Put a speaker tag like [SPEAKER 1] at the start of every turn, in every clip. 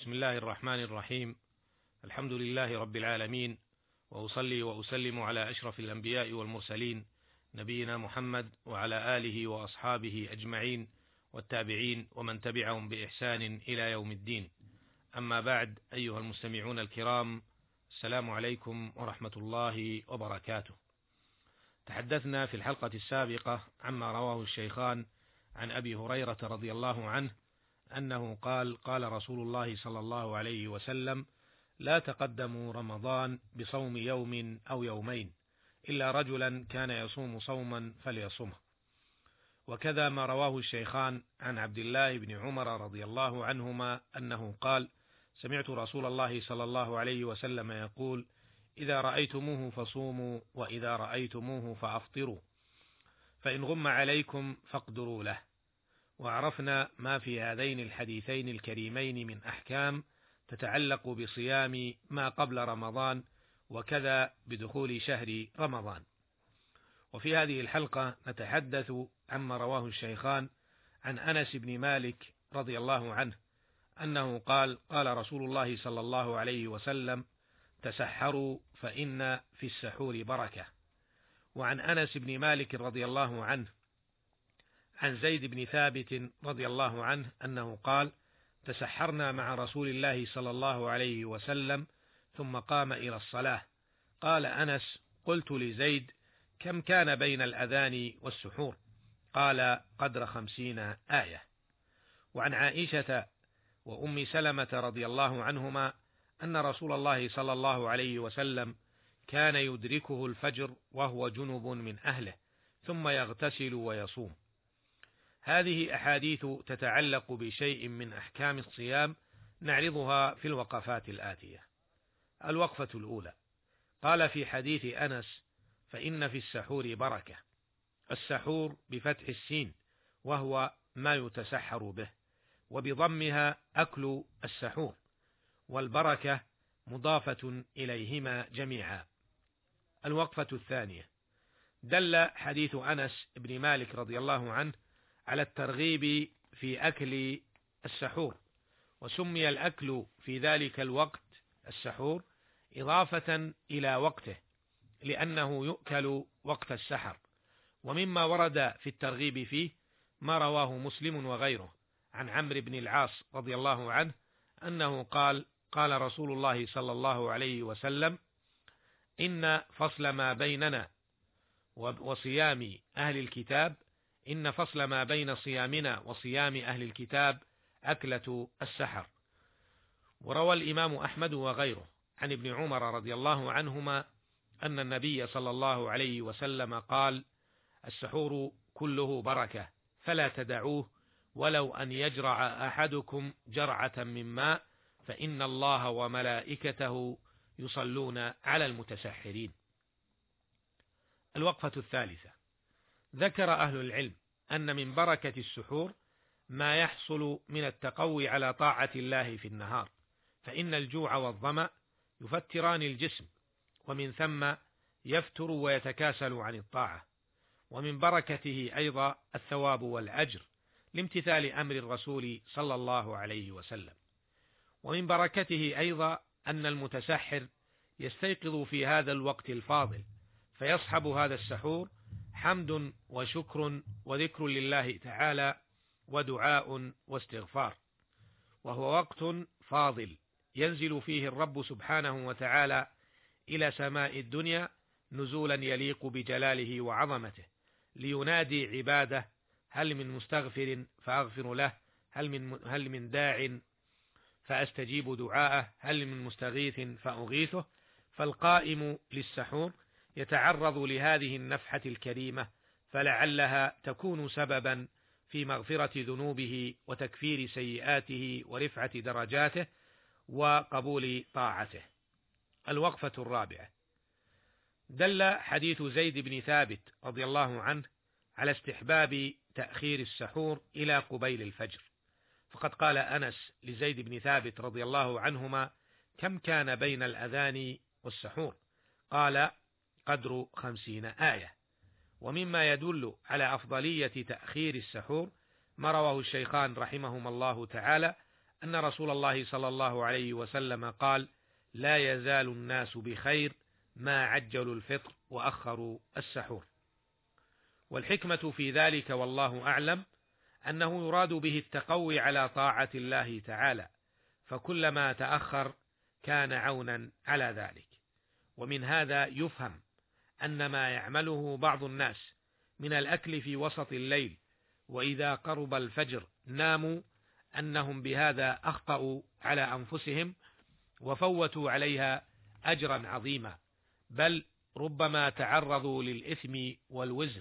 [SPEAKER 1] بسم الله الرحمن الرحيم. الحمد لله رب العالمين، وأصلي وأسلم على أشرف الأنبياء والمرسلين نبينا محمد وعلى آله وأصحابه أجمعين والتابعين ومن تبعهم بإحسان إلى يوم الدين. أما بعد، أيها المستمعون الكرام، السلام عليكم ورحمة الله وبركاته. تحدثنا في الحلقة السابقة عما رواه الشيخان عن أبي هريرة رضي الله عنه أنه قال: قال رسول الله صلى الله عليه وسلم: لا تقدموا رمضان بصوم يوم أو يومين إلا رجلا كان يصوم صوما فليصمه. وكذا ما رواه الشيخان عن عبد الله بن عمر رضي الله عنهما أنه قال: سمعت رسول الله صلى الله عليه وسلم يقول: إذا رأيتموه فصوموا، وإذا رأيتموه فأفطروا، فإن غم عليكم فاقدروا له. وعرفنا ما في هذين الحديثين الكريمين من أحكام تتعلق بصيام ما قبل رمضان، وكذا بدخول شهر رمضان. وفي هذه الحلقة نتحدث عما رواه الشيخان عن أنس بن مالك رضي الله عنه أنه قال: قال رسول الله صلى الله عليه وسلم: تسحروا فإن في السحور بركة. وعن أنس بن مالك رضي الله عنه عن زيد بن ثابت رضي الله عنه أنه قال: تسحرنا مع رسول الله صلى الله عليه وسلم ثم قام إلى الصلاة. قال أنس: قلت لزيد: كم كان بين الأذان والسحور؟ قال: قدر 50 آية. وعن عائشة وأم سلمة رضي الله عنهما أن رسول الله صلى الله عليه وسلم كان يدركه الفجر وهو جنب من أهله ثم يغتسل ويصوم. هذه أحاديث تتعلق بشيء من أحكام الصيام نعرضها في الوقفات الآتية. الوقفة الأولى: قال في حديث أنس: فإن في السحور بركة. السحور بفتح السين، وهو ما يتسحر به، وبضمها أكل السحور، والبركة مضافة إليهما جميعا. الوقفة الثانية: دل حديث أنس بن مالك رضي الله عنه على الترغيب في أكل السحور، وسمي الأكل في ذلك الوقت السحور إضافة إلى وقته لأنه يؤكل وقت السحر. ومما ورد في الترغيب فيه ما رواه مسلم وغيره عن عمرو بن العاص رضي الله عنه أنه قال: قال رسول الله صلى الله عليه وسلم: إن فصل ما بيننا وصيام أهل الكتاب، إن فصل ما بين صيامنا وصيام أهل الكتاب أكلة السحر. وروى الإمام أحمد وغيره عن ابن عمر رضي الله عنهما أن النبي صلى الله عليه وسلم قال: السحور كله بركة فلا تدعوه، ولو أن يجرع أحدكم جرعة من ماء، فإن الله وملائكته يصلون على المتسحرين. الوقفة الثالثة: ذكر أهل العلم أن من بركة السحور ما يحصل من التقوي على طاعة الله في النهار، فإن الجوع والظمأ يفتران الجسم، ومن ثم يفتر ويتكاسل عن الطاعة. ومن بركته أيضا الثواب والأجر لامتثال أمر الرسول صلى الله عليه وسلم. ومن بركته أيضا أن المتسحر يستيقظ في هذا الوقت الفاضل، فيصحب هذا السحور حمد وشكر وذكر لله تعالى ودعاء واستغفار، وهو وقت فاضل ينزل فيه الرب سبحانه وتعالى إلى سماء الدنيا نزولا يليق بجلاله وعظمته، لينادي عباده: هل من مستغفر فأغفر له، هل من داع فأستجيب دعاءه، هل من مستغيث فأغيثه. فالقائم للسحور يتعرض لهذه النفحة الكريمة، فلعلها تكون سببا في مغفرة ذنوبه وتكفير سيئاته ورفعة درجاته وقبول طاعته. الوقفة الرابعة: دل حديث زيد بن ثابت رضي الله عنه على استحباب تأخير السحور إلى قبيل الفجر، فقد قال أنس لزيد بن ثابت رضي الله عنهما: كم كان بين الأذان والسحور؟ قال: قدر 50 آية. ومما يدل على أفضلية تأخير السحور ما رواه الشيخان رحمهما الله تعالى أن رسول الله صلى الله عليه وسلم قال: لا يزال الناس بخير ما عجلوا الفطر وأخروا السحور. والحكمة في ذلك والله أعلم أنه يراد به التقوي على طاعة الله تعالى، فكلما تأخر كان عونا على ذلك. ومن هذا يفهم أن ما يعمله بعض الناس من الأكل في وسط الليل وإذا قرب الفجر ناموا أنهم بهذا أخطأوا على أنفسهم وفوتوا عليها أجرا عظيما، بل ربما تعرضوا للإثم والوزر،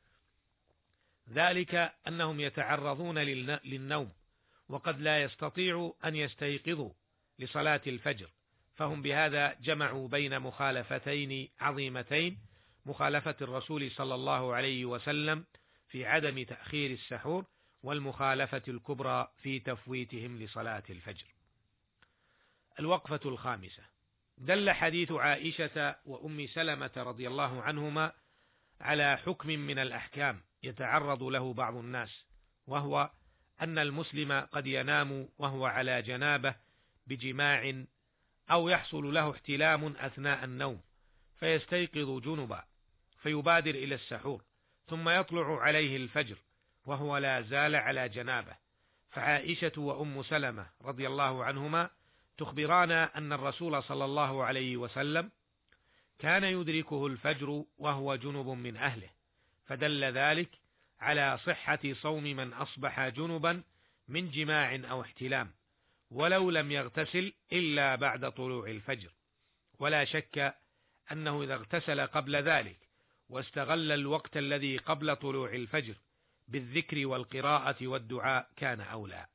[SPEAKER 1] ذلك أنهم يتعرضون للنوم وقد لا يستطيعوا أن يستيقظوا لصلاة الفجر، فهم بهذا جمعوا بين مخالفتين عظيمتين: مخالفة الرسول صلى الله عليه وسلم في عدم تأخير السحور، والمخالفة الكبرى في تفويتهم لصلاة الفجر. الوقفة الخامسة: دل حديث عائشة وأم سلمة رضي الله عنهما على حكم من الأحكام يتعرض له بعض الناس، وهو أن المسلم قد ينام وهو على جنابه بجماع أو يحصل له احتلام أثناء النوم فيستيقظ جنبا فيبادر إلى السحور ثم يطلع عليه الفجر وهو لا زال على جنابه. فعائشة وأم سلمة رضي الله عنهما تخبران أن الرسول صلى الله عليه وسلم كان يدركه الفجر وهو جنب من أهله، فدل ذلك على صحة صوم من أصبح جنبا من جماع أو احتلام ولو لم يغتسل إلا بعد طلوع الفجر. ولا شك أنه إذا اغتسل قبل ذلك واستغل الوقت الذي قبل طلوع الفجر بالذكر والقراءة والدعاء كان أولى.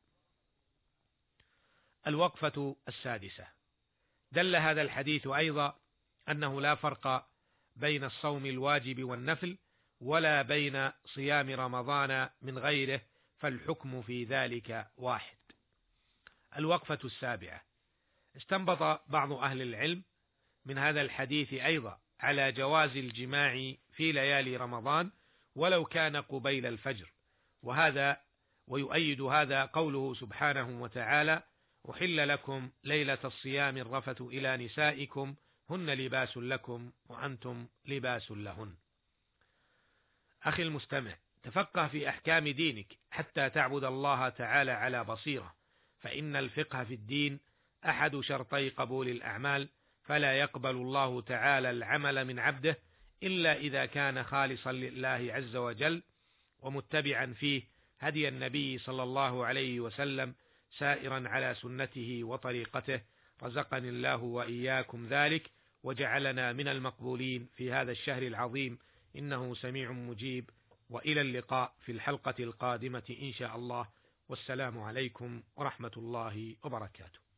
[SPEAKER 1] الوقفة السادسة: دل هذا الحديث أيضا أنه لا فرق بين الصوم الواجب والنفل ولا بين صيام رمضان من غيره، فالحكم في ذلك واحد. الوقفة السابعة: استنبط بعض أهل العلم من هذا الحديث أيضا على جواز الجماع في ليالي رمضان ولو كان قبيل الفجر، ويؤيد هذا قوله سبحانه وتعالى: أحل لكم ليلة الصيام الرفث إلى نسائكم هن لباس لكم وأنتم لباس لهن. أخي المستمع، تفقه في أحكام دينك حتى تعبد الله تعالى على بصيرة، فإن الفقه في الدين أحد شرطي قبول الأعمال، فلا يقبل الله تعالى العمل من عبده إلا إذا كان خالصا لله عز وجل ومتبعا فيه هدي النبي صلى الله عليه وسلم سائرا على سنته وطريقته. رزقني الله وإياكم ذلك وجعلنا من المقبولين في هذا الشهر العظيم، إنه سميع مجيب. وإلى اللقاء في الحلقة القادمة إن شاء الله، والسلام عليكم ورحمة الله وبركاته.